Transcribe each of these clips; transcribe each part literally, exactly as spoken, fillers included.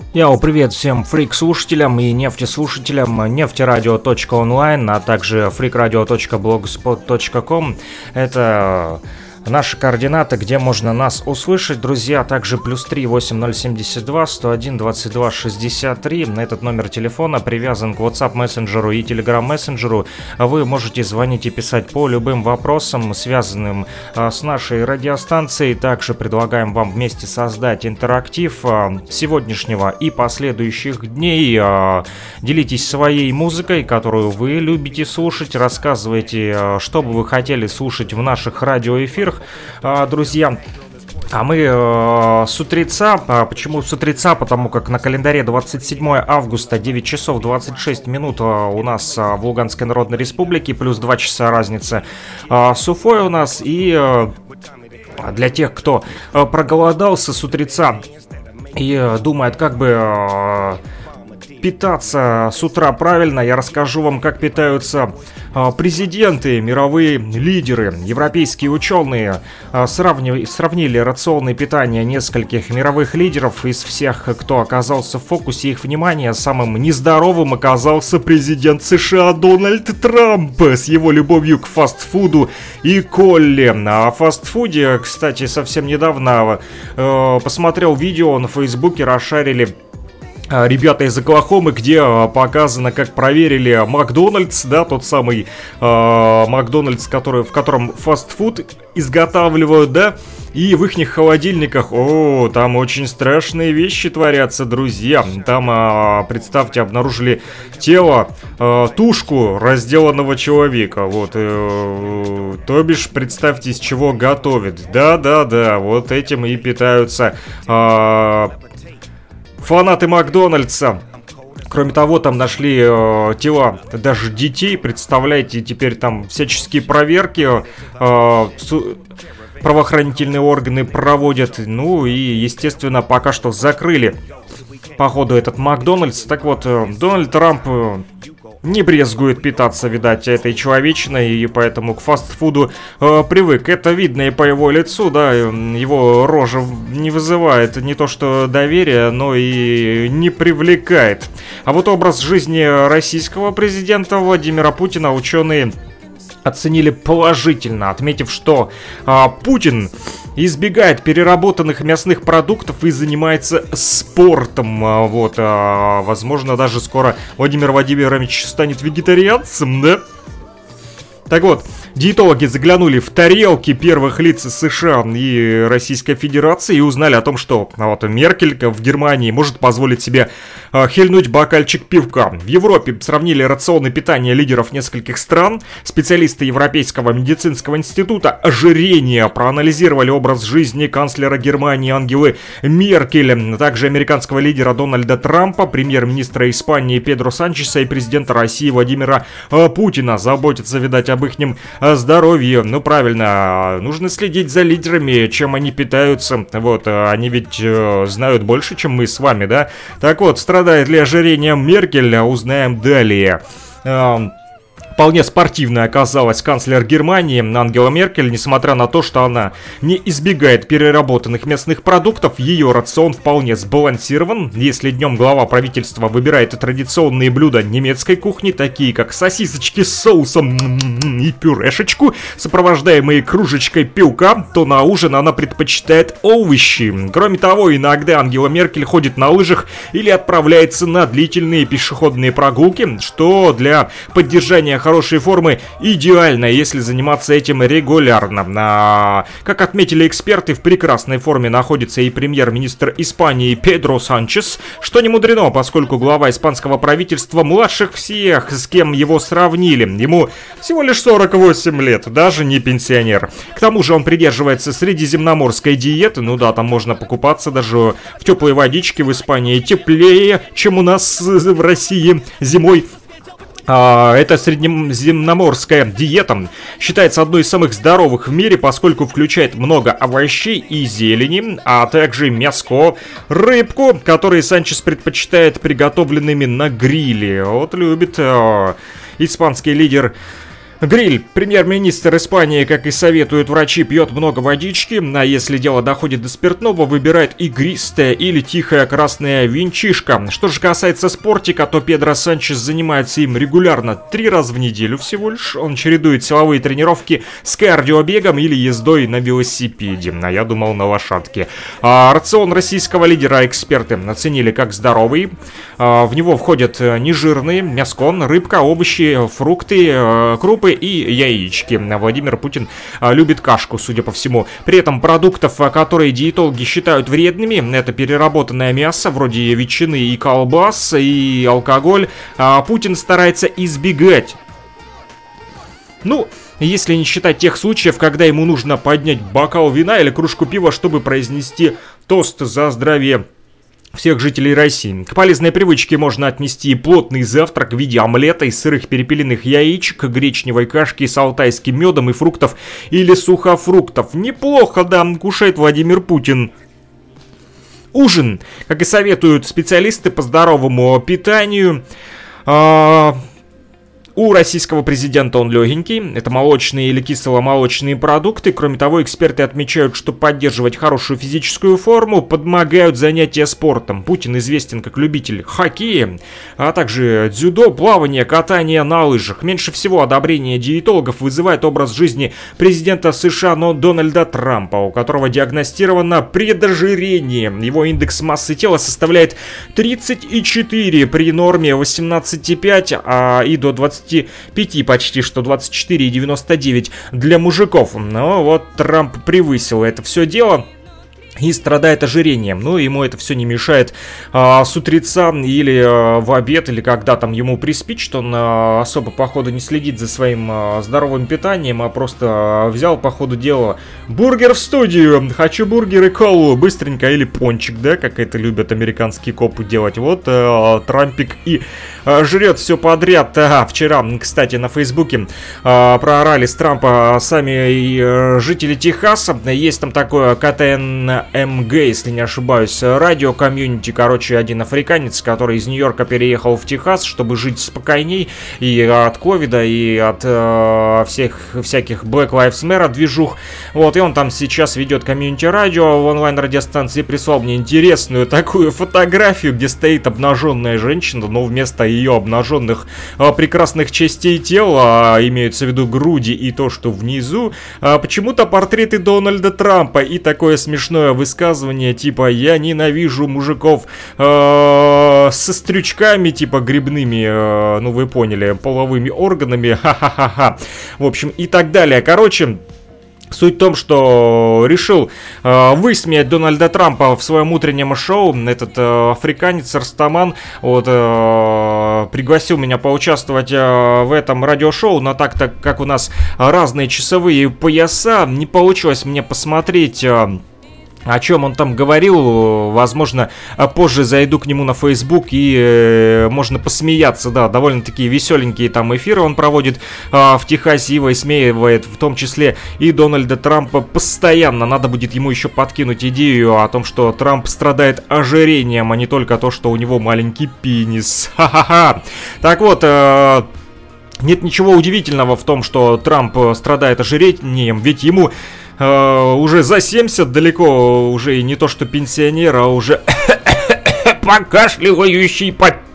Яу, привет всем фрик-слушателям и нефтеслушателям нефтерадио точка онлайн, а также фрикрадио точка блогспот точка ком. Это наши координаты, где можно нас услышать, друзья. Также плюс три восемь ноль семь два сто один двадцать два шестьдесят три. Этот номер телефона привязан к WhatsApp мессенджеру и Telegram мессенджеру. Вы можете звонить и писать по любым вопросам, связанным а, с нашей радиостанцией. Также предлагаем вам вместе создать интерактив а, сегодняшнего и последующих дней. А, делитесь своей музыкой, которую вы любите слушать. Рассказывайте, а, что бы вы хотели слушать в наших радиоэфирах. Друзья, а мы э, с утреца, а почему с утреца? Потому как на календаре двадцать седьмое августа, девять часов двадцать шесть минут у нас а, в Луганской Народной Республике, плюс два часа разница а, с Уфой у нас. И э, для тех, кто э, проголодался с утреца и э, думает, как бы... Э, питаться с утра правильно, я расскажу вам, как питаются а, президенты, мировые лидеры, европейские ученые. А, сравнив... Сравнили рационы питания нескольких мировых лидеров. Из всех, кто оказался в фокусе их внимания, самым нездоровым оказался президент США Дональд Трамп с его любовью к фастфуду и коле. О фастфуде, кстати, совсем недавно э, посмотрел видео на Фейсбуке, расшарили ребята из Оклахомы, где показано, как проверили Макдональдс, да, тот самый э, Макдональдс, который, в котором фастфуд изготавливают, да, и в ихних холодильниках, о, там очень страшные вещи творятся, друзья. Там, э, представьте, обнаружили тело, э, тушку разделанного человека, вот, э, то бишь, представьте, из чего готовят, да-да-да, вот этим и питаются э, фанаты Макдональдса. Кроме того, там нашли э, тела даже детей. Представляете, теперь там всяческие проверки э, су- правоохранительные органы проводят. Ну и, естественно, пока что закрыли, походу, этот Макдональдс. Так вот, э, Дональд Трамп э, не брезгует питаться, видать, этой человечиной, и поэтому к фастфуду э, привык. Это видно и по его лицу, да, его рожа не вызывает не то что доверия, но и не привлекает. А вот образ жизни российского президента Владимира Путина ученые оценили положительно, отметив, что а, Путин избегает переработанных мясных продуктов и занимается спортом. А, вот, а, возможно, даже скоро Владимир Владимирович станет вегетарианцем, да? Так вот, диетологи заглянули в тарелки первых лиц США и Российской Федерации и узнали о том, что вот Меркель в Германии может позволить себе э, хильнуть бокальчик пивка. В Европе сравнили рационы питания лидеров нескольких стран. Специалисты Европейского медицинского института ожирения проанализировали образ жизни канцлера Германии Ангелы Меркель, также американского лидера Дональда Трампа, премьер-министра Испании Педро Санчеса и президента России Владимира э, Путина. Заботятся, видать, об ихнем здоровье. Ну, правильно, нужно следить за лидерами, чем они питаются. Вот, они ведь э, знают больше, чем мы с вами, да? Так вот, страдает ли ожирением Меркель, узнаем далее. Эм... Вполне спортивной оказалась канцлер Германии Ангела Меркель. Несмотря на то, что она не избегает переработанных мясных продуктов, ее рацион вполне сбалансирован. Если днем глава правительства выбирает традиционные блюда немецкой кухни, такие как сосисочки с соусом и пюрешечку, сопровождаемые кружечкой пивка, то на ужин она предпочитает овощи. Кроме того, иногда Ангела Меркель ходит на лыжах или отправляется на длительные пешеходные прогулки, что для поддержания хорошей формы идеально, если заниматься этим регулярно. А, как отметили эксперты, в прекрасной форме находится и премьер-министр Испании Педро Санчес, что не мудрено, поскольку глава испанского правительства младших всех, с кем его сравнили. Ему всего лишь сорок восемь лет, даже не пенсионер. К тому же он придерживается средиземноморской диеты. Ну да, там можно покупаться даже в теплой водичке. В Испании теплее, чем у нас в России зимой. Это средиземноморская диета считается одной из самых здоровых в мире, поскольку включает много овощей и зелени, а также мяско, рыбку, которые Санчес предпочитает приготовленными на гриле. Вот любит э, испанский лидер Гриль, премьер-министр Испании, как и советуют врачи, пьет много водички, а если дело доходит до спиртного, выбирает игристое или тихое красное винчишко. Что же касается спортика, то Педро Санчес занимается им регулярно, три раза в неделю всего лишь. Он чередует силовые тренировки с кардиобегом или ездой на велосипеде, а я думал на лошадке. А рацион российского лидера эксперты оценили как здоровый. А, в него входят нежирные, мяско, рыбка, овощи, фрукты, крупы и яички. Владимир Путин а, любит кашку, судя по всему. При этом продуктов, а, которые диетологи считают вредными, это переработанное мясо, вроде ветчины и колбас, и алкоголь, а, Путин старается избегать. Ну, если не считать тех случаев, когда ему нужно поднять бокал вина или кружку пива, чтобы произнести тост за здоровье всех жителей России. К полезной привычке можно отнести плотный завтрак в виде омлета из сырых перепелиных яичек, гречневой кашки с алтайским медом и фруктов или сухофруктов. Неплохо, да, кушает Владимир Путин. Ужин, как и советуют специалисты по здоровому питанию, а... у российского президента он легенький, это молочные или кисломолочные продукты. Кроме того, эксперты отмечают, что поддерживать хорошую физическую форму помогают занятия спортом. Путин известен как любитель хоккея, а также дзюдо, плавания, катания на лыжах. Меньше всего одобрение диетологов вызывает образ жизни президента США, но Дональда Трампа, у которого диагностировано предожирение. Его индекс массы тела составляет тридцать четыре при норме восемнадцать и пять, а и до двадцати пяти почти, что двадцать четыре и девяносто девять для мужиков. Но вот Трамп превысил это все дело и страдает ожирением. Ну, ему это все не мешает а, с утреца или а, в обед, или когда там ему приспичит. Он а, особо, походу, не следит за своим а, здоровым питанием, а просто а, взял, по ходу дела, бургер в студию. Хочу бургер и колу. Быстренько, или пончик, да, как это любят американские копы делать. Вот а, Трампик и а, жрет все подряд. Ага, вчера, кстати, на Фейсбуке а, проорали с Трампа сами и, а, жители Техаса. Есть там такое ка тэ эн эм джи, если не ошибаюсь, радио-комьюнити. Короче, один африканец, который из Нью-Йорка переехал в Техас, чтобы жить спокойней и от ковида, и от э, всех всяких Black Lives Matter движух. Вот, и он там сейчас ведет комьюнити-радио в онлайн-радиостанции. Прислал мне интересную такую фотографию, где стоит обнаженная женщина, но вместо ее обнаженных э, прекрасных частей тела, э, имеются в виду груди и то, что внизу, э, почему-то портреты Дональда Трампа и такое смешное высказывание типа «я ненавижу мужиков э, со стрючками, типа грибными, э, ну вы поняли, половыми органами, ха-ха-ха-ха». В общем, и так далее. Короче, суть в том, что решил э, высмеять Дональда Трампа в своем утреннем шоу. Этот э, африканец Растаман вот, э, пригласил меня поучаствовать э, в этом радиошоу, но так-то как у нас разные часовые пояса, не получилось мне посмотреть... Э, О чем он там говорил, возможно, позже зайду к нему на Facebook и э, можно посмеяться, да, довольно-таки веселенькие там эфиры он проводит э, в Техасе и высмеивает в том числе и Дональда Трампа постоянно. Надо будет ему еще подкинуть идею о том, что Трамп страдает ожирением, а не только то, что у него маленький пенис. Ха-ха-ха. Так вот, э, нет ничего удивительного в том, что Трамп страдает ожирением, ведь ему... Uh, уже за семьдесят, далеко уже и не то что пенсионер, а уже покашливающий,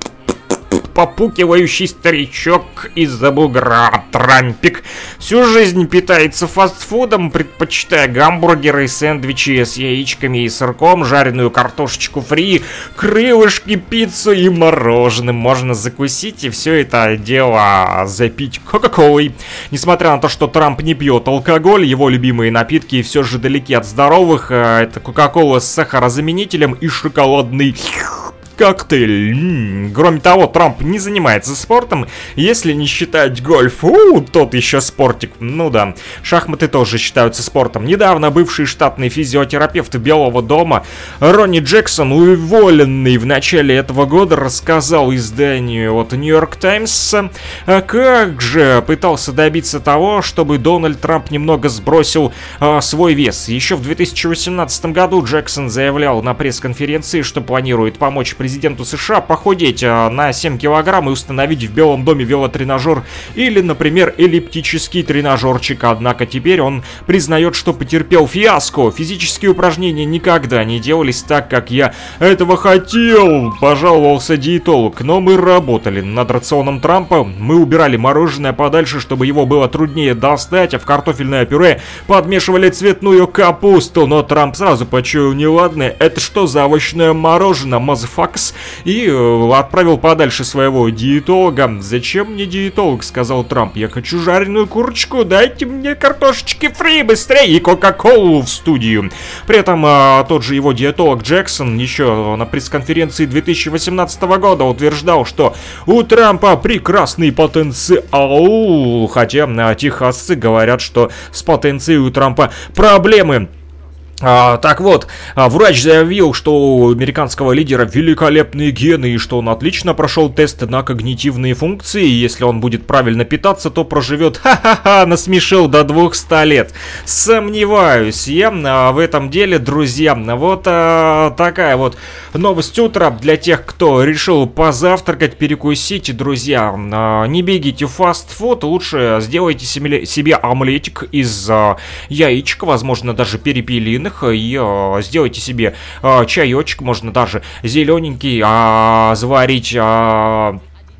попукивающий старичок из-за бугра. Трампик всю жизнь питается фастфудом, предпочитая гамбургеры, сэндвичи с яичками и сырком, жареную картошечку фри, крылышки, пиццу и мороженым. Можно закусить и все это дело запить кока-колой. Несмотря на то, что Трамп не пьет алкоголь, его любимые напитки все же далеки от здоровых. Это кока-кола с сахарозаменителем и шоколадный коктейль. М-м. Кроме того, Трамп не занимается спортом, если не считать гольф. У, тот еще спортик. Ну да, шахматы тоже считаются спортом. Недавно бывший штатный физиотерапевт Белого дома Ронни Джексон, уволенный в начале этого года, рассказал изданию от New York Times, как же пытался добиться того, чтобы Дональд Трамп немного сбросил а, свой вес. Еще в две тысячи восемнадцатом году Джексон заявлял на пресс-конференции, что планирует помочь президенту США похудеть на семь килограмм и установить в Белом доме велотренажер или, например, эллиптический тренажерчик. Однако теперь он признает, что потерпел фиаско. Физические упражнения никогда не делались так, как я этого хотел, пожаловался диетолог. Но мы работали над рационом Трампа, мы убирали мороженое подальше, чтобы его было труднее достать, а в картофельное пюре подмешивали цветную капусту. Но Трамп сразу почуял неладное. Это что за овощное мороженое, мазафакс? И э, отправил подальше своего диетолога. Зачем мне диетолог, сказал Трамп. Я хочу жареную курочку, дайте мне картошечки фри быстрее и кока-колу в студию. При этом э, тот же его диетолог Джексон еще на пресс-конференции две тысячи восемнадцатого года утверждал, что у Трампа прекрасный потенциал, хотя э, техасцы говорят, что с потенцией у Трампа проблемы. А, так вот, а, врач заявил, что у американского лидера великолепные гены и что он отлично прошел тест на когнитивные функции. И если он будет правильно питаться, то проживет, ха-ха-ха, насмешил, до двухсот лет. Сомневаюсь я а, в этом деле, друзья. Вот а, такая вот новость утра для тех, кто решил позавтракать, перекусить, друзья. А, не бегите в фастфуд, лучше сделайте себе, себе омлетик из а, яичек, возможно, даже перепелиных. И э, сделайте себе э, чаечек, можно даже зелененький э, заварить. Э,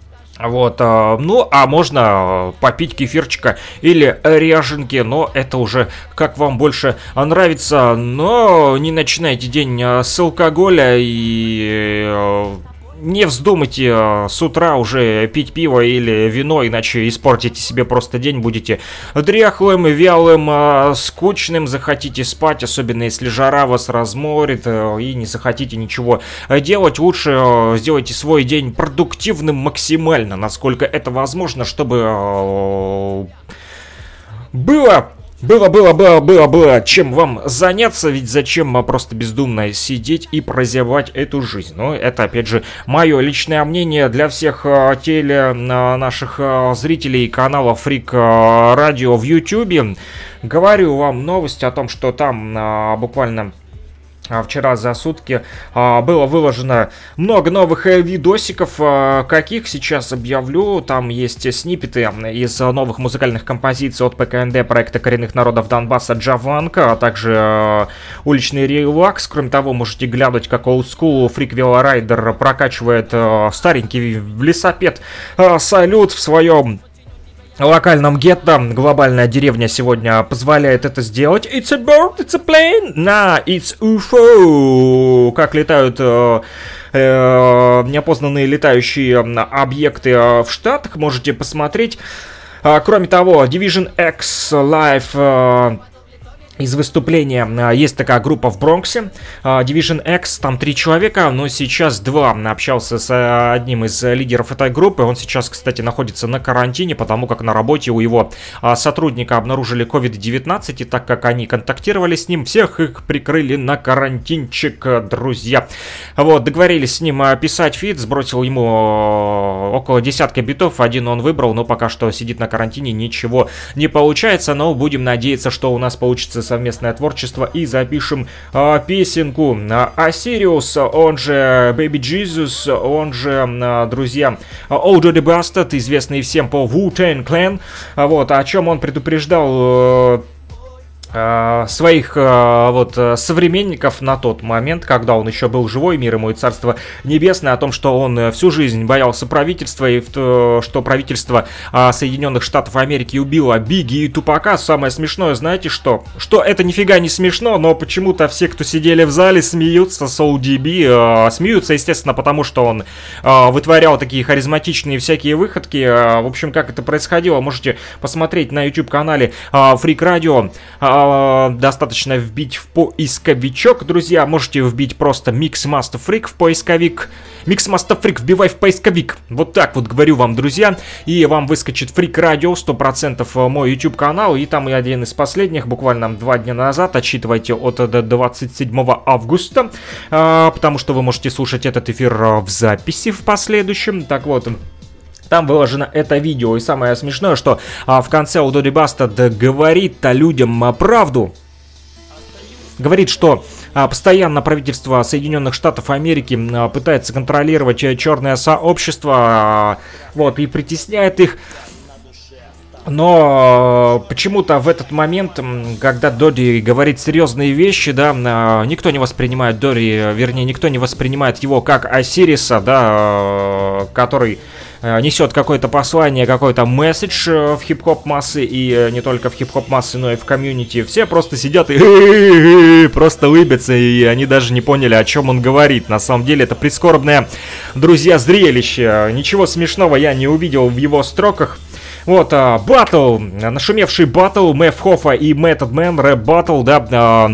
Вот, э, ну, а можно попить кефирчика или ряженки, но это уже как вам больше нравится. Но не начинайте день с алкоголя и... Э, не вздумайте э, с утра уже пить пиво или вино, иначе испортите себе просто день, будете дряхлым, вялым, э, скучным, захотите спать, особенно если жара вас разморит э, и не захотите ничего делать. Лучше э, сделайте свой день продуктивным максимально, насколько это возможно, чтобы э, было... Было, было, было, было, было чем вам заняться, ведь зачем просто бездумно сидеть и прозябать эту жизнь. Но это, опять же, мое личное мнение для всех э, теле э, наших э, зрителей канала Freak э, Radio в YouTube. Говорю вам новость о том, что там э, буквально... Вчера за сутки а, было выложено много новых э, видосиков, а, каких сейчас объявлю. Там есть сниппеты из новых музыкальных композиций от ПКНД, проекта коренных народов Донбасса Джаванка, а также а, уличный релакс. Кроме того, можете глянуть, как олдскул Freak Велорайдер прокачивает а, старенький велосипед а, Салют в своем локальном гетто. Глобальная деревня сегодня позволяет это сделать. It's a bird, it's a plane, nah, it's ю эф о. Как летают э, э, неопознанные летающие объекты э, в Штатах, можете посмотреть. Э, кроме того, Division X Live... Э, из выступления есть такая группа в Бронксе, Division X, там три человека, но сейчас два. Общался с одним из лидеров этой группы, он сейчас, кстати, находится на карантине, потому как на работе у его сотрудника обнаружили ковид девятнадцать, и так как они контактировали с ним, всех их прикрыли на карантинчик, друзья. Вот, договорились с ним писать фит, сбросил ему около десятка битов, один он выбрал, но пока что сидит на карантине, ничего не получается, но будем надеяться, что у нас получится совместное творчество и запишем а, песенку. Осириус, он же Baby Jesus, он же, а, друзья, Ojo the Bastard, известный всем по Wu-Tang Clan. А, вот, о чем он предупреждал своих вот современников на тот момент, когда он еще был живой, мир ему и царство небесное, о том, что он всю жизнь боялся правительства и что правительство Соединенных Штатов Америки убило Бигги и Тупака. Самое смешное, знаете что? Что это нифига не смешно, но почему-то все, кто сидели в зале, смеются с Оу Ди Би, смеются, естественно, потому что он вытворял такие харизматичные всякие выходки. В общем, как это происходило, можете посмотреть на YouTube-канале Freak Radio. Достаточно вбить в поисковичок, друзья. Можете вбить просто Mix Master Freak в поисковик. Mix Master Freak вбивай в поисковик. Вот так вот говорю вам, друзья. И вам выскочит Freak Radio, сто процентов мой YouTube канал. И там и один из последних, буквально два дня назад. Отсчитывайте от двадцать седьмого августа. Потому что вы можете слушать этот эфир в записи в последующем. Так вот, там выложено это видео. И самое смешное, что а, в конце Ojo the Bastard говорит людям а, правду. Говорит, что Постоянно правительство Соединенных Штатов Америки пытается контролировать черное сообщество, вот, и притесняет их. Но почему-то в этот момент, когда Доди говорит серьезные вещи, да, никто не воспринимает Дори, вернее, никто не воспринимает его как Осириса, да, который несет какое-то послание, какой-то месседж в хип-хоп массы, и не только в хип-хоп массы, но и в комьюнити. Все просто сидят и просто улыбятся, и они даже не поняли, о чем он говорит. На самом деле это прискорбное, друзья, зрелище. Ничего смешного я не увидел в его строках. Вот, батл, нашумевший батл Мэв Хоффа и Method Man, рэп батл, да, а,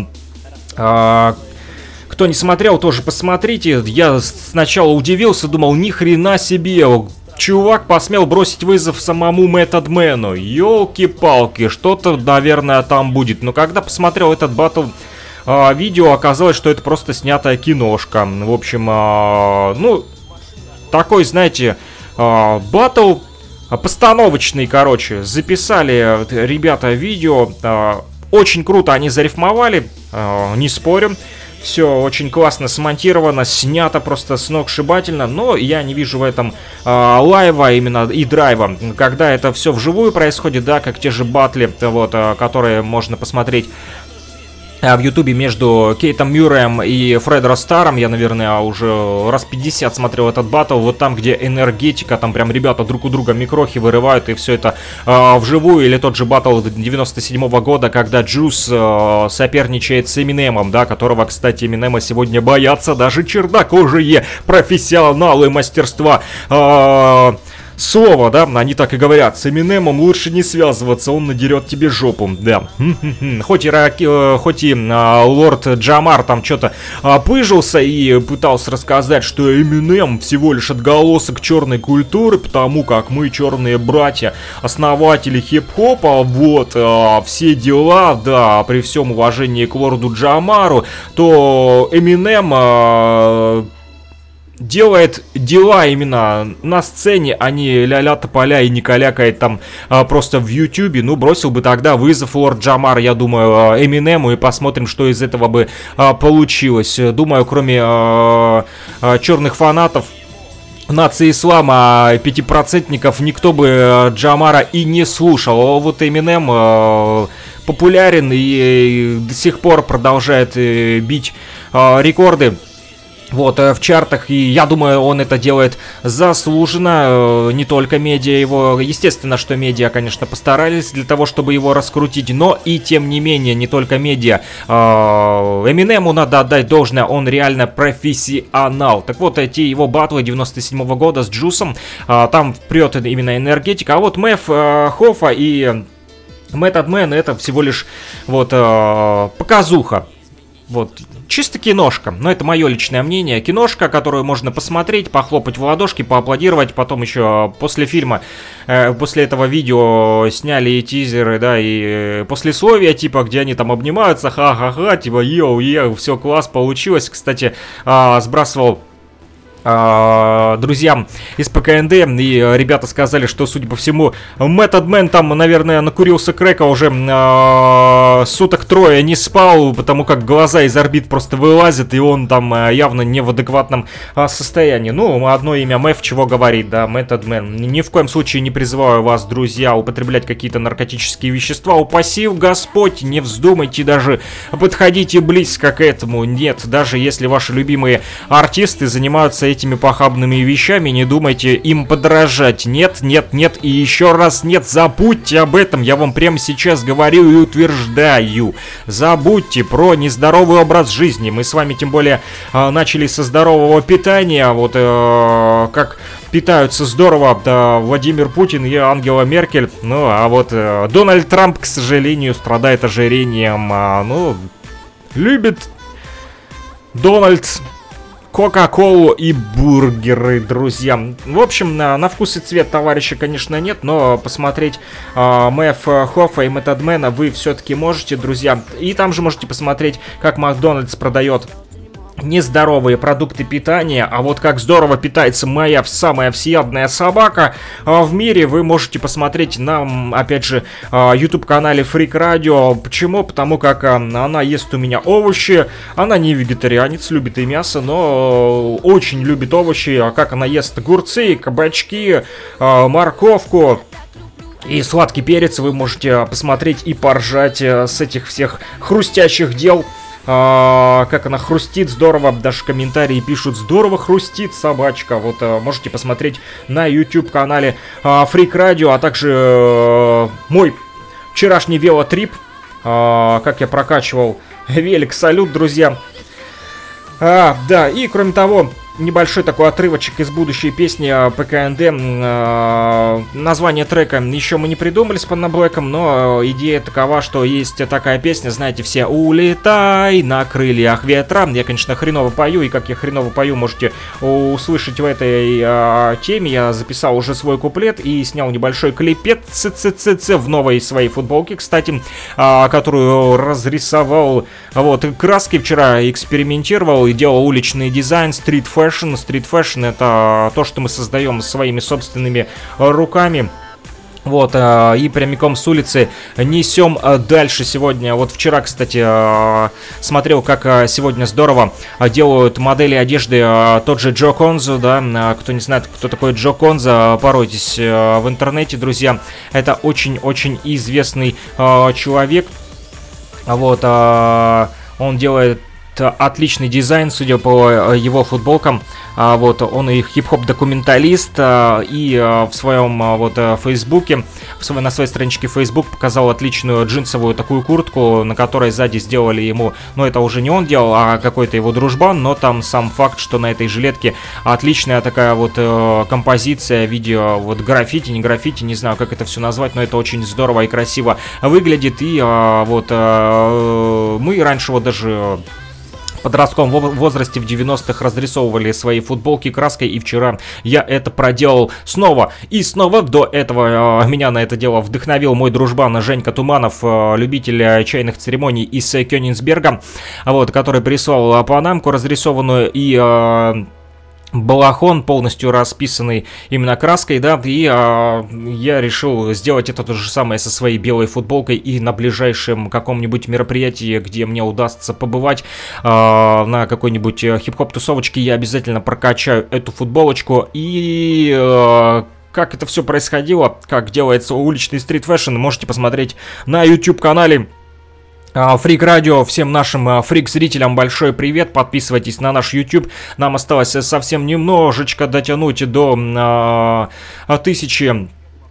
а, кто не смотрел, тоже посмотрите. Я сначала удивился, думал, ни хрена себе, чувак посмел бросить вызов самому Method Man'у. Ёлки-палки, что-то, наверное, там будет. Но когда посмотрел этот батл а, видео, оказалось, что это просто снятая киношка. В общем, а, ну, такой, знаете, а, батл... Постановочный, короче, записали ребята видео, очень круто они зарифмовали, не спорю, все очень классно смонтировано, снято просто сногсшибательно, но я не вижу в этом лайва именно и драйва, когда это все вживую происходит, да, как те же батли, вот, которые можно посмотреть в Ютубе между Кейтом Мюрреем и Фред Ростаром. Я, наверное, уже раз пятьдесят смотрел этот батл. Вот там, где энергетика, там прям ребята друг у друга микрохи вырывают, и все это э, вживую. Или тот же батл девяносто седьмого года, когда Джус э, соперничает с Эминемом, да, которого, кстати, Эминема сегодня боятся даже чернокожие профессионалы мастерства. Э, Слово, да, они так и говорят, с Эминемом лучше не связываться, он надерет тебе жопу, да. Хоть и, хоть и а, лорд Джамар там что-то а, пыжился и пытался рассказать, что Эминем всего лишь отголосок черной культуры, потому как мы черные братья, основатели хип-хопа, вот, а, все дела, да, при всем уважении к лорду Джамару, то Эминем... А, делает дела именно на сцене, а не ля-ля тополя и не калякает там а, просто в Ютубе. Ну, бросил бы тогда вызов лорд Джамар, я думаю, Эминему, и посмотрим, что из этого бы а, получилось. Думаю, кроме а, а, черных фанатов нации ислама, пятипроцентников, никто бы Джамара и не слушал. А вот Эминем а, популярен и, и до сих пор продолжает и, бить а, рекорды. Вот, в чартах, и я думаю, он это делает заслуженно, не только медиа его, естественно, что медиа, конечно, постарались для того, чтобы его раскрутить, но и тем не менее, не только медиа, Эминему надо отдать должное, он реально профессионал. Так вот, эти его батлы девяносто седьмого года с Джусом, там прет именно энергетика, а вот Мэв Хоффа и Method Man это всего лишь вот показуха. Вот, чисто киношка, но это мое личное мнение. Киношка, которую можно посмотреть, похлопать в ладошки, поаплодировать. Потом еще после фильма, э, после этого видео сняли и тизеры, да, и э, послесловия, типа, где они там обнимаются, ха-ха-ха, типа, йоу-йоу, все, класс, получилось. Кстати, э, сбрасывал... друзьям из ПКНД, и ребята сказали, что, судя по всему, Method Man там, наверное, накурился крэка, уже э, суток трое не спал, потому как глаза из орбит просто вылазят, и он там э, явно не в адекватном э, состоянии. Ну, одно имя Мэв чего говорит, да, Method Man. Ни в коем случае не призываю вас, друзья, употреблять какие-то наркотические вещества. Упаси Господь, не вздумайте даже подходите близко к этому. Нет, даже если ваши любимые артисты занимаются этими похабными вещами, не думайте им подражать. Нет, нет, нет и еще раз нет. Забудьте об этом. Я вам прямо сейчас говорю и утверждаю. Забудьте про нездоровый образ жизни. Мы с вами тем более э, начали со здорового питания. Вот э, как питаются здорово да, Владимир Путин и Ангела Меркель. Ну, а вот э, Дональд Трамп, к сожалению, страдает ожирением. А, ну, любит Дональд Кока-колу и бургеры, друзья. В общем, на, на вкус и цвет товарища, конечно, нет, но посмотреть э, Мэв Хоффа и Method Man вы все-таки можете, друзья. И там же можете посмотреть, как Макдональдс продает нездоровые продукты питания, а вот как здорово питается моя самая всеядная собака в мире, вы можете посмотреть на, опять же, YouTube-канале Freak Radio. Почему? Потому как она ест у меня овощи, она не вегетарианец, любит и мясо, но очень любит овощи, а как она ест огурцы, кабачки, морковку и сладкий перец, вы можете посмотреть и поржать с этих всех хрустящих дел. А, как она хрустит, здорово, даже комментарии пишут, здорово хрустит собачка. Вот а, можете посмотреть на YouTube-канале а, Freak Radio, а также а, мой вчерашний велотрип, а, как я прокачивал велик. Салют, друзья. А, да, и кроме того, небольшой такой отрывочек из будущей песни ПКНД. Э, название трека еще мы не придумали с Паннаблэком, но идея такова, что есть такая песня, знаете все, «Улетай на крыльях ветра». Я, конечно, хреново пою, и как я хреново пою, можете услышать в этой э, теме. Я записал уже свой куплет и снял небольшой клипет ц-ц-ц-ц в новой своей футболке, кстати, э, которую разрисовал вот краски. Вчера экспериментировал и делал уличный дизайн, стрит-фэшн. Стрит фэшн — это то, что мы создаем своими собственными руками. Вот, и прямиком с улицы несем дальше сегодня. Вот вчера, кстати, смотрел, как сегодня здорово делают модели одежды тот же Джо Конзо, да. Кто не знает, кто такой Джо Конзо, поройтесь в интернете, друзья. Это очень-очень известный человек. Вот, он делает отличный дизайн, судя по его футболкам. Вот, он и хип-хоп документалист, и в своем вот фейсбуке, в своей, на своей страничке Facebook показал отличную джинсовую такую куртку, на которой сзади сделали ему, ну это уже не он делал, а какой-то его дружбан, но там сам факт, что на этой жилетке отличная такая вот композиция в виде вот граффити, не граффити, не знаю, как это все назвать, но это очень здорово и красиво выглядит. И вот мы раньше вот даже в подростковом возрасте в девяностых разрисовывали свои футболки краской, и вчера я это проделал снова и снова. До этого э, меня на это дело вдохновил мой дружбан Женька Туманов, э, любитель чайных церемоний из э, Кёнигсберга, вот, который прислал панамку разрисованную и э, балахон, полностью расписанный именно краской, да, и а, я решил сделать это то же самое со своей белой футболкой, и на ближайшем каком-нибудь мероприятии, где мне удастся побывать, а, на какой-нибудь хип-хоп тусовочке, я обязательно прокачаю эту футболочку. И а, как это все происходило, как делается уличный стрит-фэшн, можете посмотреть на YouTube-канале Freak Radio. Всем нашим фрик-зрителям большой привет, подписывайтесь на наш YouTube. Нам осталось совсем немножечко дотянуть до э, тысячи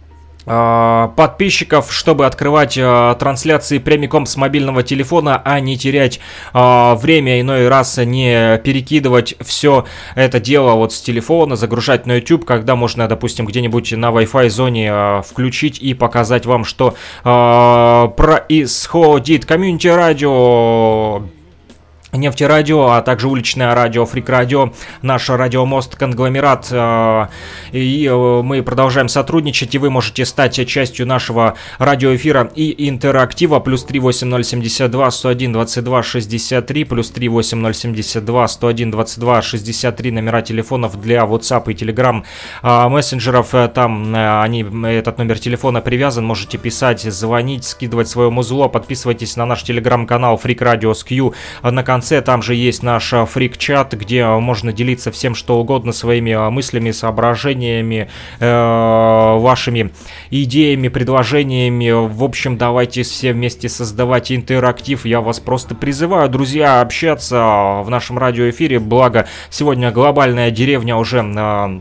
э, подписчиков, чтобы открывать э, трансляции прямиком с мобильного телефона, а не терять э, время, иной раз не перекидывать все это дело вот с телефона, загружать на YouTube, когда можно, допустим, где-нибудь на Wi-Fi зоне э, включить и показать вам, что э, происходит. Комьюнити радио, Нефтерадио, а также уличное радио Freak Radio, наш радиомост, конгломерат, и мы продолжаем сотрудничать, и вы можете стать частью нашего радиоэфира и интерактива. Плюс три восемь ноль семь два сто один двадцать два шестьдесят три, плюс три восемь ноль семь два сто один двадцать два шестьдесят три, номера телефонов для WhatsApp и Telegram мессенджеров, там они, этот номер телефона привязан, можете писать, звонить, скидывать свое музло, подписывайтесь на наш телеграм-канал Freak Radio с Q на конце. Там же есть наш фрик-чат, где можно делиться всем что угодно, своими мыслями, соображениями, э, вашими идеями, предложениями. В общем, давайте все вместе создавать интерактив. Я вас просто призываю, друзья, общаться в нашем радиоэфире. Благо, сегодня глобальная деревня уже... Э,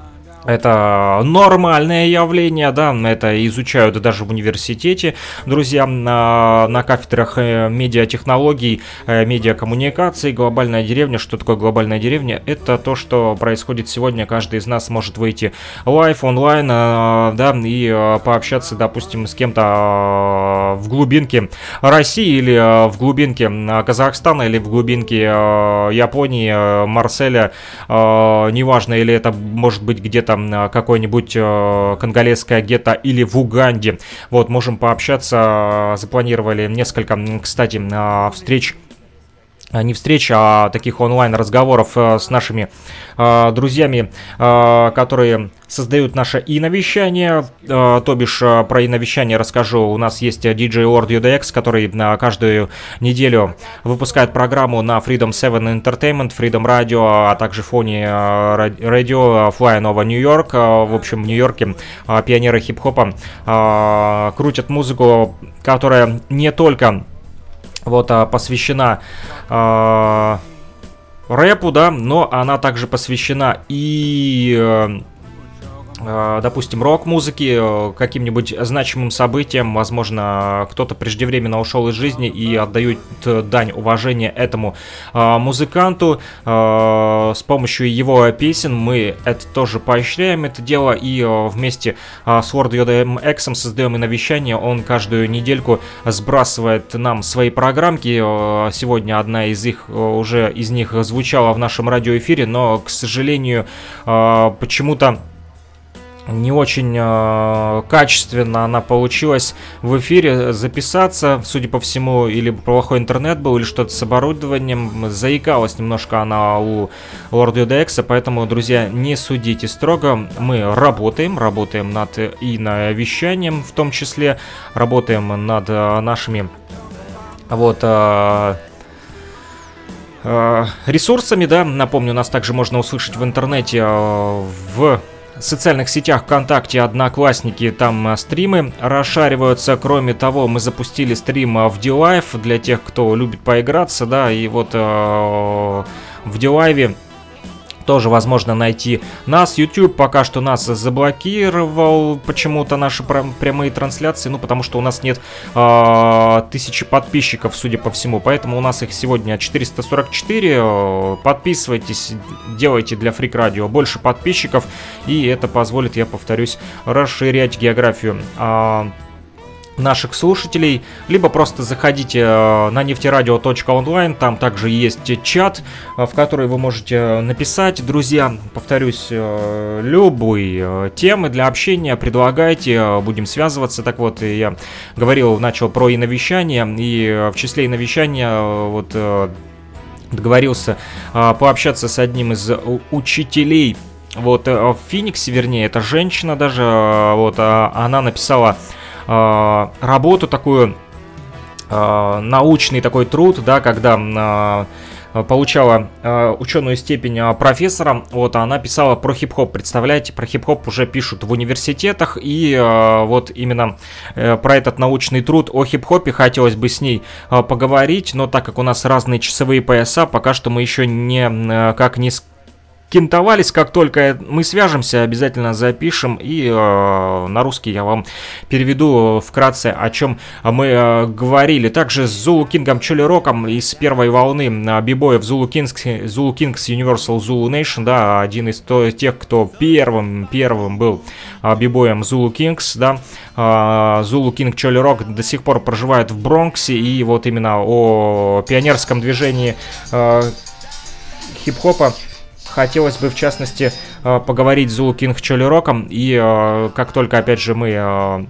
Это нормальное явление, да, это изучают даже в университете, друзья, на, на кафедрах медиатехнологий, медиакоммуникаций. Глобальная деревня, что такое глобальная деревня? Это то, что происходит сегодня, каждый из нас может выйти лайв, онлайн, да, и пообщаться, допустим, с кем-то в глубинке России, или в глубинке Казахстана, или в глубинке Японии, Марселя, неважно, или это может быть где-то какое-нибудь э, конголезское гетто или в Уганде. Вот, можем пообщаться. Запланировали несколько, кстати, э, встреч не встреч, а таких онлайн-разговоров с нашими э, друзьями, э, которые создают наше и-навещание, э, то бишь э, про и-навещание расскажу. У нас есть ди джей World ю ди экс, который э, каждую неделю выпускает программу на Freedom семь Entertainment, Freedom Radio, а также фоне э, радио Fly Nova New York. Э, в общем, в Нью-Йорке э, пионеры хип-хопа э, крутят музыку, которая не только вот посвящена э, рэпу, да, но она также посвящена и, э, э, допустим, рок-музыке, э, каким-нибудь значимым событиям. Возможно, кто-то преждевременно ушел из жизни и отдают дань уважения этому э, музыканту. Э, с помощью его песен мы это тоже поощряем, это дело, и э, вместе э, с World ю ди экс создаем и-навещание. Он каждую недельку сбрасывает нам свои программки. Э, сегодня одна из их э, уже из них звучала в нашем радиоэфире, но, к сожалению, э, почему-то не очень э, качественно она получилась в эфире записаться, судя по всему, или плохой интернет был, или что-то с оборудованием. Заикалась немножко она у World ю ди экс, поэтому, друзья, не судите строго. Мы работаем, работаем над и навещанием, в том числе, работаем над э, нашими вот... Э, э, ресурсами, да. Напомню, нас также можно услышать в интернете, э, в социальных сетях ВКонтакте, Одноклассники, там стримы расшариваются. Кроме того, мы запустили стрим в DLive для тех, кто любит поиграться, да, и вот э, в DLive тоже возможно найти нас. YouTube пока что нас заблокировал почему-то наши прямые трансляции, ну потому что у нас нет э, тысячи подписчиков, судя по всему, поэтому у нас их сегодня четыреста сорок четыре. Подписывайтесь, делайте для Freak Radio больше подписчиков, и это позволит, я повторюсь, расширять географию э, наших слушателей. Либо просто заходите на нефтерадио точка онлайн, там также есть чат, в который вы можете написать, друзья, повторюсь, любые темы для общения предлагайте, будем связываться. Так вот, я говорил, начал про и-навещание, и в числе и-навещания вот договорился пообщаться с одним из учителей вот в Фениксе, вернее, это женщина даже, вот она написала работу такую, научный такой труд, да, когда получала ученую степень профессора, вот, она писала про хип-хоп, представляете, про хип-хоп уже пишут в университетах, и вот именно про этот научный труд о хип-хопе хотелось бы с ней поговорить, но так как у нас разные часовые пояса, пока что мы еще не, как не кентовались, как только мы свяжемся, обязательно запишем, и э, на русский я вам переведу вкратце, о чем мы э, говорили. Также с Zulu King'ом Чоли Роком из первой волны э, бибоев Zulu Kings, Zulu Kings Universal Zulu Nation, да, один из то, тех, кто первым, первым был э, бибоем Zulu Kings, да, э, Zulu King Чоли Рок до сих пор проживает в Бронксе, и вот именно о пионерском движении э, хип-хопа хотелось бы, в частности, поговорить с Zulu King Чоли Роком, и как только, опять же, мы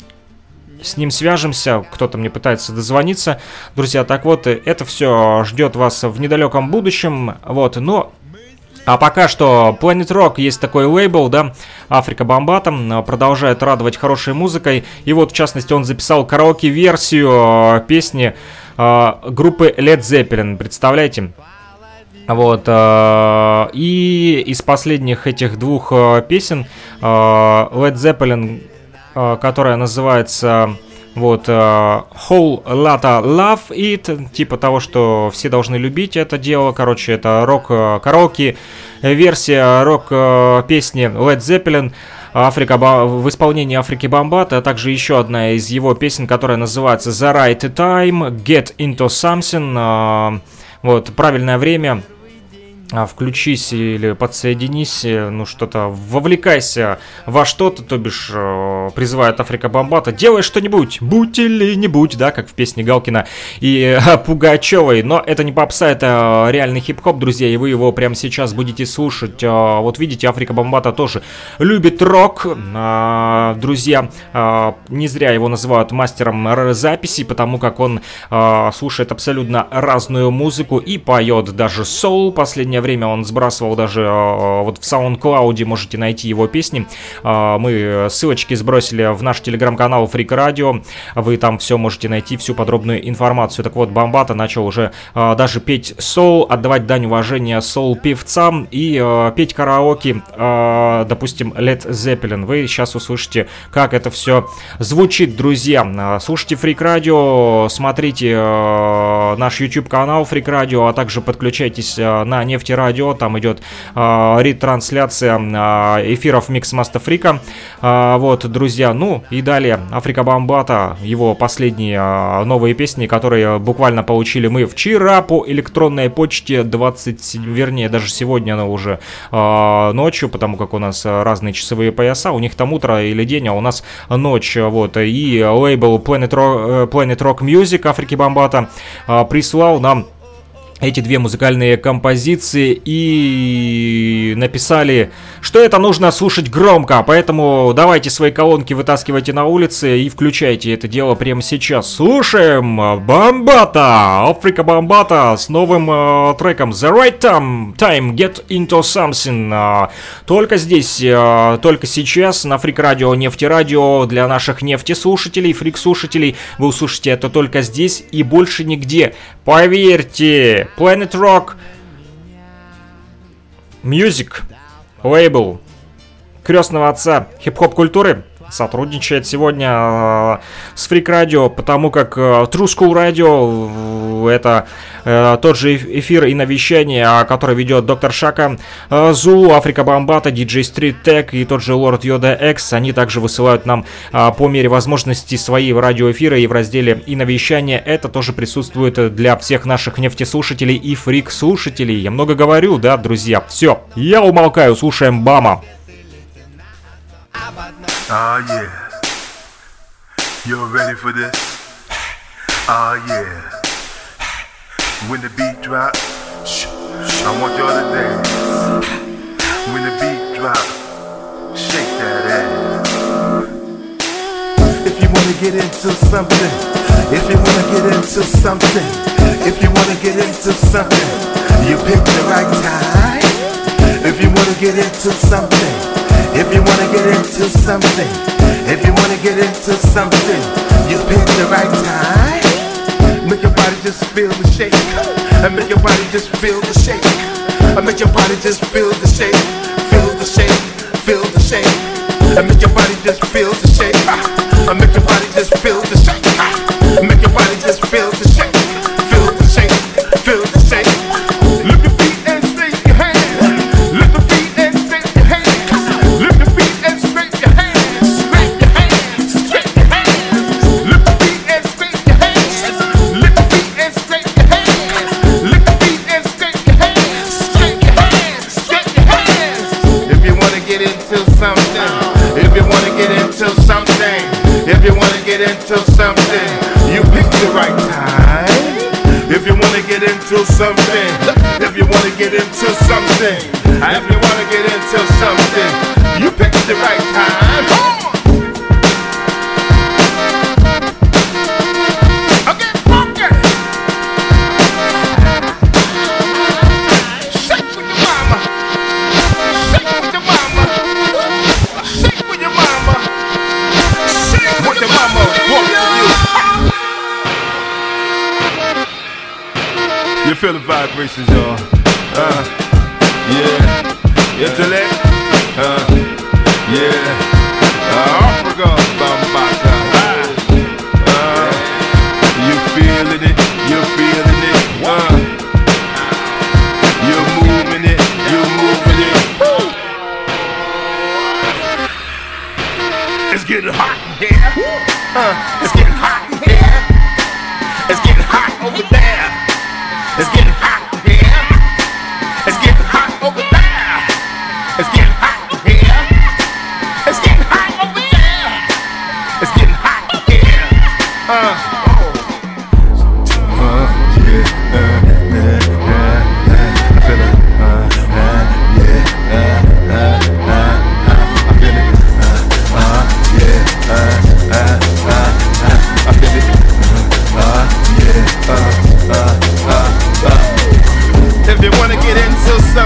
с ним свяжемся, кто-то мне пытается дозвониться, друзья, так вот, это все ждет вас в недалеком будущем, вот, но... А пока что Planet Rock, есть такой лейбл, да, Африка Бомбата, продолжает радовать хорошей музыкой, и вот, в частности, он записал караоке-версию песни группы Led Zeppelin, представляете? Вот, э, и из последних этих двух э, песен э, Led Zeppelin, э, которая называется вот э, Whole Lotta Love It, типа того, что все должны любить это дело, короче, это рок-караоке, версия рок-песни Led Zeppelin, Африка, в исполнении Африки Бомбата, а также еще одна из его песен, которая называется The Right Time, Get Into Something, э, вот, правильное время. включись или подсоединись, ну что-то, вовлекайся во что-то, то бишь призывает Африка Бамбата, делай что-нибудь, будь или не будь, да, как в песне Галкина и Пугачевой, но это не попса, это реальный хип-хоп, друзья, и вы его прямо сейчас будете слушать. Вот видите, Африка Бамбата тоже любит рок, друзья, не зря его называют мастером записи, потому как он слушает абсолютно разную музыку и поет даже соул. Последнее время он сбрасывал даже э, вот в SoundCloud, можете найти его песни. Э, мы ссылочки сбросили в наш телеграм-канал Freak Radio. Вы там все можете найти, всю подробную информацию. Так вот, Бамбата начал уже э, даже петь соул, отдавать дань уважения соул-певцам и э, петь караоке, э, допустим, Led Zeppelin. Вы сейчас услышите, как это все звучит, друзья. Слушайте Freak Radio, смотрите э, наш YouTube-канал Freak Radio, а также подключайтесь э, на Нефти Радио, там идет э, ретрансляция э, эфиров Микс-Маста Фрика. Э, вот, друзья, ну и далее Африка Бамбата, его последние э, новые песни, которые буквально получили мы вчера по электронной почте двадцать, вернее, даже сегодня она уже э, ночью, потому как у нас разные часовые пояса, у них там утро или день, а у нас ночь, вот, и лейбл Planet Rock, Planet Rock Music Африки Бамбата э, прислал нам эти две музыкальные композиции и написали, что это нужно слушать громко, поэтому давайте свои колонки вытаскивайте на улице и включайте это дело прямо сейчас. Слушаем Бамбата, Африка Бамбата с новым э, треком The Right Time, Time Get Into Something. Э, только здесь, э, только сейчас на Freak Radio, Нефти Радио, для наших нефтеслушателей, фрик-слушателей. Вы услышите это только здесь и больше нигде. Поверьте! Planet Rock Music лейбл крестного отца хип-хоп культуры сотрудничает сегодня э, с Freak Radio, потому как э, True School Radio — это э, тот же эфир и навещание, который ведет доктор Шака, э, Зулу, Африка Бамбата, диджей Street Tech и тот же Lord Yoda X. Они также высылают нам э, по мере возможности свои радиоэфиры, и в разделе и навещание это тоже присутствует для всех наших нефтеслушателей и фрик-слушателей. Я много говорю, да, друзья? Все, я умолкаю, слушаем Бама. Ah, uh, yeah. You're ready for this? Ah, uh, yeah. When the beat drop, I want y'all to dance. When the beat drop, shake that ass. If you wanna get into something, if you wanna get into something, if you wanna get into something, you pick the right time. If you wanna get into something, if you wanna get into something, if you wanna get into something, you pick the right time. Make your body just feel the shake, and make your body just feel the shake, and make your body just feel the shake, feel the shake, feel the shake, and make your body just feel the shake, and make your body just feel the shake, and make your body just feel the shake, feel the shake, feel the shake. Lift your feet and straighten your hands. Lift your feet and straighten your hands. Lift your feet and straighten your hands. Straighten your hands. Straighten your hands. Lift your feet and straighten your hands. Lift your feet and straighten your hands. Lift your feet and straighten your hands. Straighten your hands. Straighten your hands. If you wanna get into something, if you wanna get into something, if you wanna get into something, you pick the right time. If you wanna get into something, if you wanna get into something, if you wanna get into something, you pick the right time. Okay, okay. Shake with your mama. Shake with your mama. Shake with your mama. Shake with your mama. Walk with you. You feel the vibrations, y'all. Uh, yeah. Intellect. Uh, yeah. Uh, Africa. Bambata. Uh, you feeling it. You're feeling it. Uh, you're moving it. You're moving it. Woo. It's getting hot in here. Uh, it's getting hot in here. It's getting hot over there. It's getting hot in here. It's getting hot.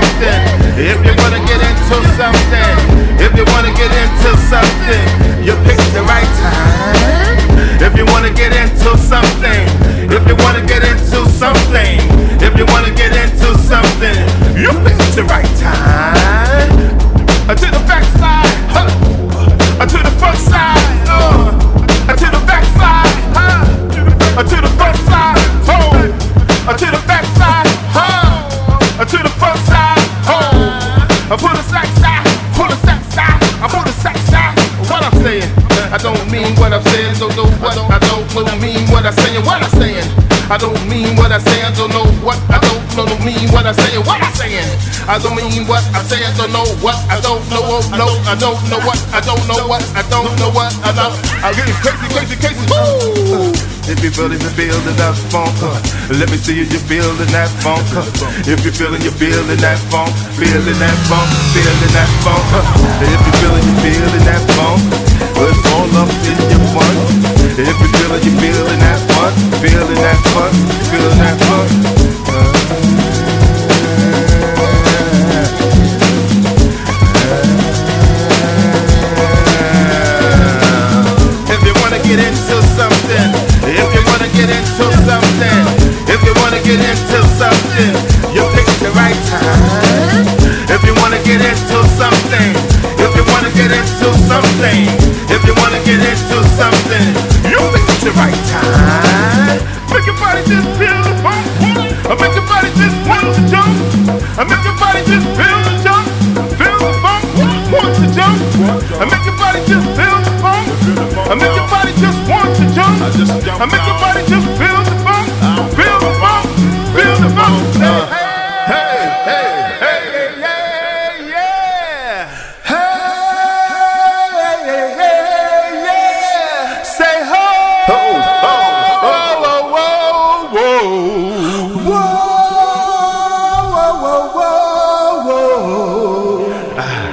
something, if you wanna get into something, if you wanna get into something, you picked the right time. If you wanna get into something, if you wanna get into something, if you wanna get into something, you picked the right time. Uh, to the backside, huh? Uh, to the front side, uh, uh, to the backside, huh? Uh, to the front side, oh, uh, to the backside, huh? Uh, to the front side, oh, uh, pull the sack side, pull the sack side, I pull the sack side. What I'm saying, I don't mean what I'm saying, don't know what I don't know, mean what I'm saying, what I'm saying. I don't mean what I say, I don't know what I don't know, mean what I say, what I'm saying. I don't mean what I say, I don't know what I don't know, oh no, I don't know what I don't know what I don't know what I don't. I get crazy, crazy, crazy. Woo! If you feel it, you feel that funk. Let me see you, you feeling that funk. If you feeling, you feeling that funk, feeling that funk, feeling that funk. If you feeling, you feeling that funk. It's all up in your fun. If you feeling, you feeling that fun, feeling that fun, feeling that fun. If you wanna get into something, if you wanna get into something, if you wanna get into something, you picked the right time. If you wanna get into something, if you wanna get into something, if you wanna get into something, you picked the right time. Make your body just feel the funk. I make your body just want to jump. I make your body just feel the jump. Feel the funk, want to jump. I make your body just feel the funk. I make your body just want to jump. I make your body just feel the funk. Feel the funk, feel the funk. Hey, hey, hey, hey, yeah, yeah. Hey, hey, hey, yeah. Say ho, ho, ho, ho, whoa, whoa, whoa, whoa, whoa, whoa, whoa.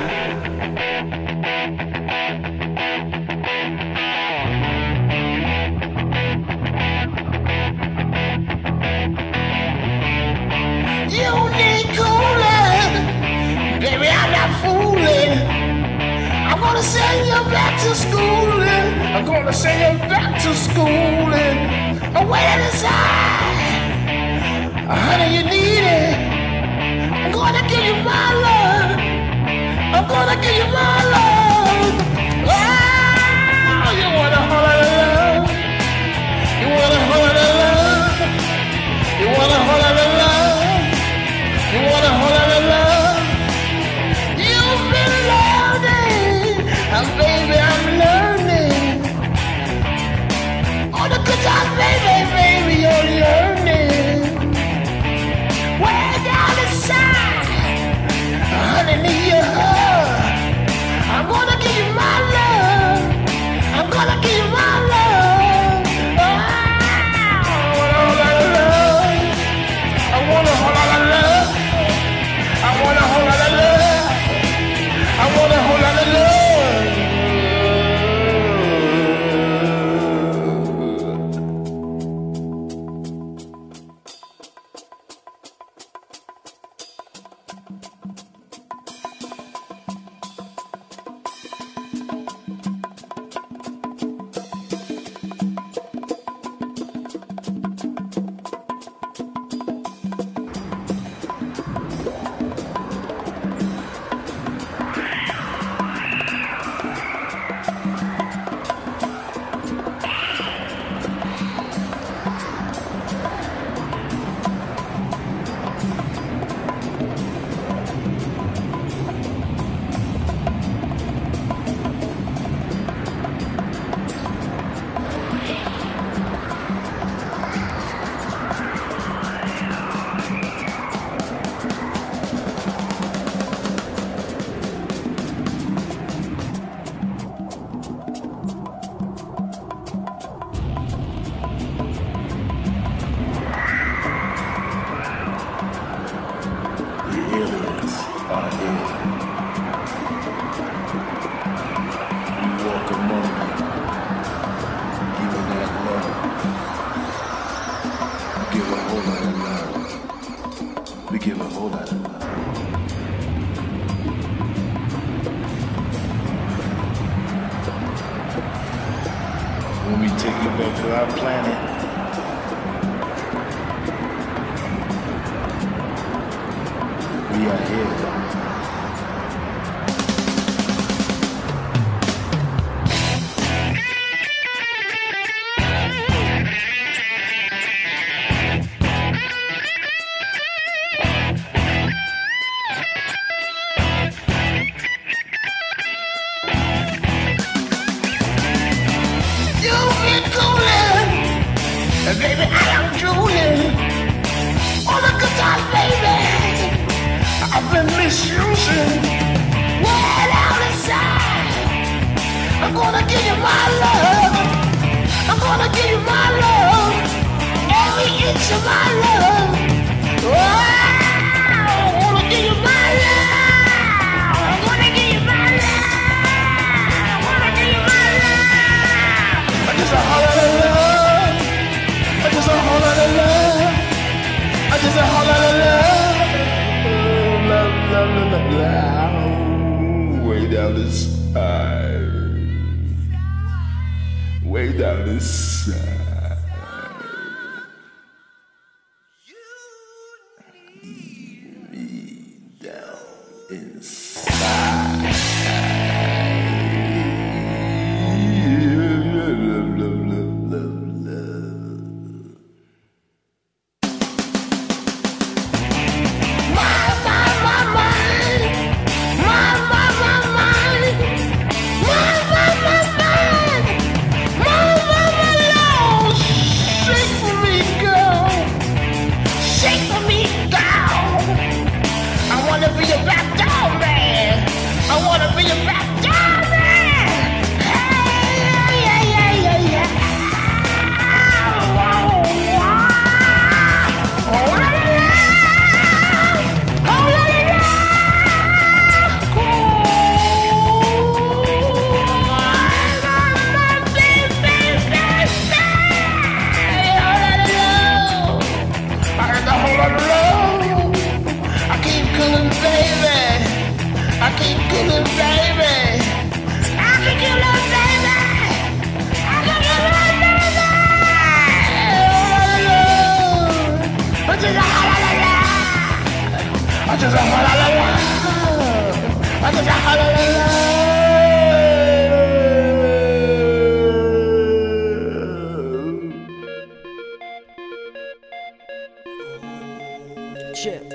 You need cooling, baby, I'm not fooling. I'm gonna send you back to schooling. I'm gonna send you back to schooling. I'm waiting inside, honey, you need it. I'm gonna give you my love. I'm gonna give you my love. Oh, you wanna hold of love? You wanna hold of love? You wanna hold of love? You wanna hold on to love? You've been learning, and baby, I'm learning. All the good times, baby, baby, you're learning. Way down inside, honey, need your hug. take you back to our planet. We are here. Baby, I am drooling on the guitar, baby. I've been misusing. Way down inside, I'm gonna give you my love. I'm gonna give you my love. Every inch of my love. Oh, I'm gonna give you my love. I'm gonna give you my love. I'm gonna give you my love. I just a holler of love. I just a whole lot of love. I just a whole lot of love. Love, love, love, love, love. Way down the side. Way down the side. You need me down inside. Love, love, love, love. Chip.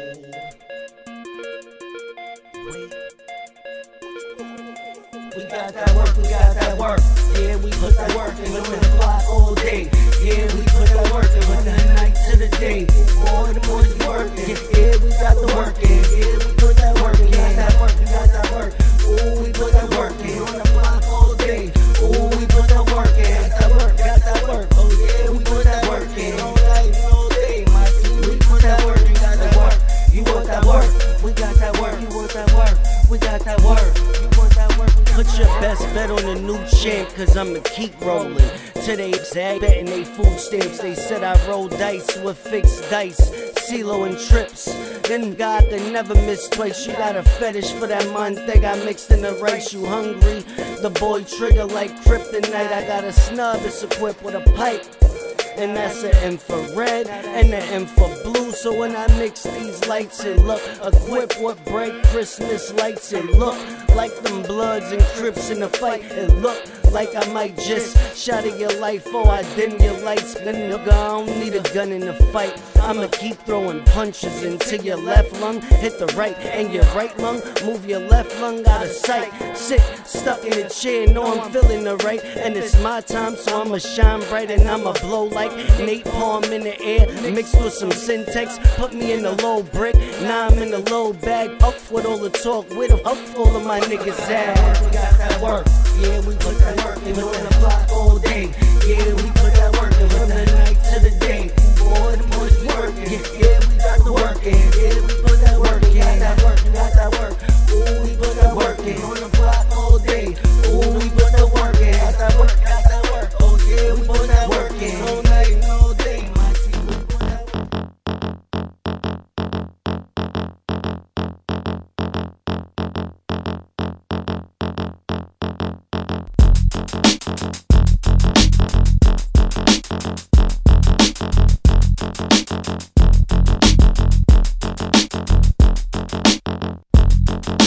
We got that work, we got that work. Yeah, we put that work in the block all day. Yeah, we put that work in from the night to the day. All the boys working. Yeah, we got the work in. Yeah, we put that work in. Got that work, we got that work. Oh, we put that work in on the block all day. Oh, we put that work in. Got that work, got that work. Oh yeah, we put that work in all night and all day. My team, we put that work. You got that work. You want that work? We got that work. You want that work? We got that work. You want that work? Put your best bet on a new champ, cause I'ma keep rolling. Today, they betting they food stamps. They said I roll dice with fixed dice, CeeLo and trips. Then God can never miss twice. You got a fetish for that month they got mixed in the rice. You hungry? The boy trigger like kryptonite. I got a snub, it's equipped with a pipe. And that's an infrared and an infra blue. So when I mix these lights, it look equipped with bright Christmas lights. It look like them Bloods and Crips in the fight. It look like I might just shot at your life. Oh, I dim your lights. Gun, I don't need a gun in the fight. I'ma keep throwing punches until your left lung hit the right and your right lung move your left lung out of sight. Sit stuck in a chair, know I'm feeling the right, and it's my time, so I'ma shine bright and I'ma blow like napalm in the air, mixed with some syntax. Put me in the low brick, now I'm in the low bag. Up with all the talk, with a up full of my niggas at. We got that work, yeah, we put that work in on the block all day. Yeah, we put that work in from the night to the day. Boy, the boys working, yeah, yeah, we got the work in. Yeah, we put that work in, got that work, we got that work. Ooh, we put that work in on the block all day. Ooh, we put that work in, got that work, got that work. Oh yeah, we put that work in all night and all day. My team, we put that work.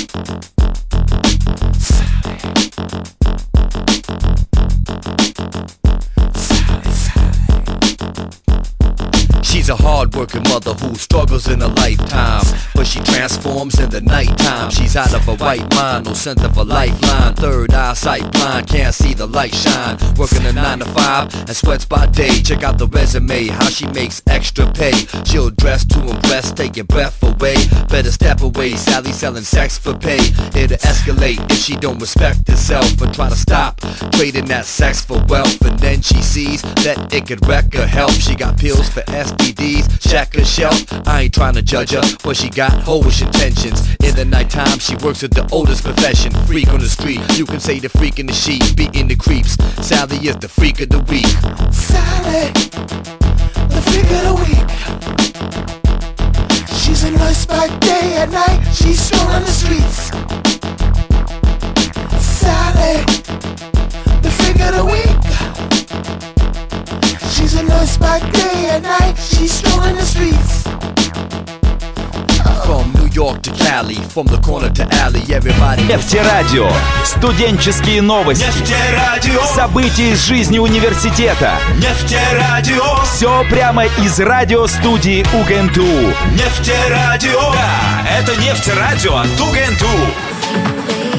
She's a hard-working mother who struggles in a lifetime, but she transforms in the nighttime. She's out of her right mind, no sense of a lifeline. Third eyesight blind, can't see the light shine. Working a nine to five and sweats by day. Check out the resume, how she makes extra pay. She'll dress to impress, take your breath away. Better step away, Sally selling sex for pay. It'll escalate if she don't respect herself and try to stop trading that sex for wealth. And then she sees that it could wreck her health. She got pills for S T Ds, check her shelf. I ain't trying to judge her, but she got hoish intentions. In the nighttime, she works at the oldest profession. Freak on the street, you can say the freak in the sheet, beating the creeps. Sally is the freak of the week. Sally, the freak of the week. She's a nurse by day, at night she's strolling the streets. Sally, the freak of the week. She's a nurse by day, at night she's strolling the streets. From New York to Cali, from the corner to alley, everybody. Нефтерадио. Студенческие новости. Нефтерадио. События из жизни университета. Нефтерадио. Все прямо из радиостудии УГНТУ. Нефтерадио. Да, это Нефтерадио от УГНТУ.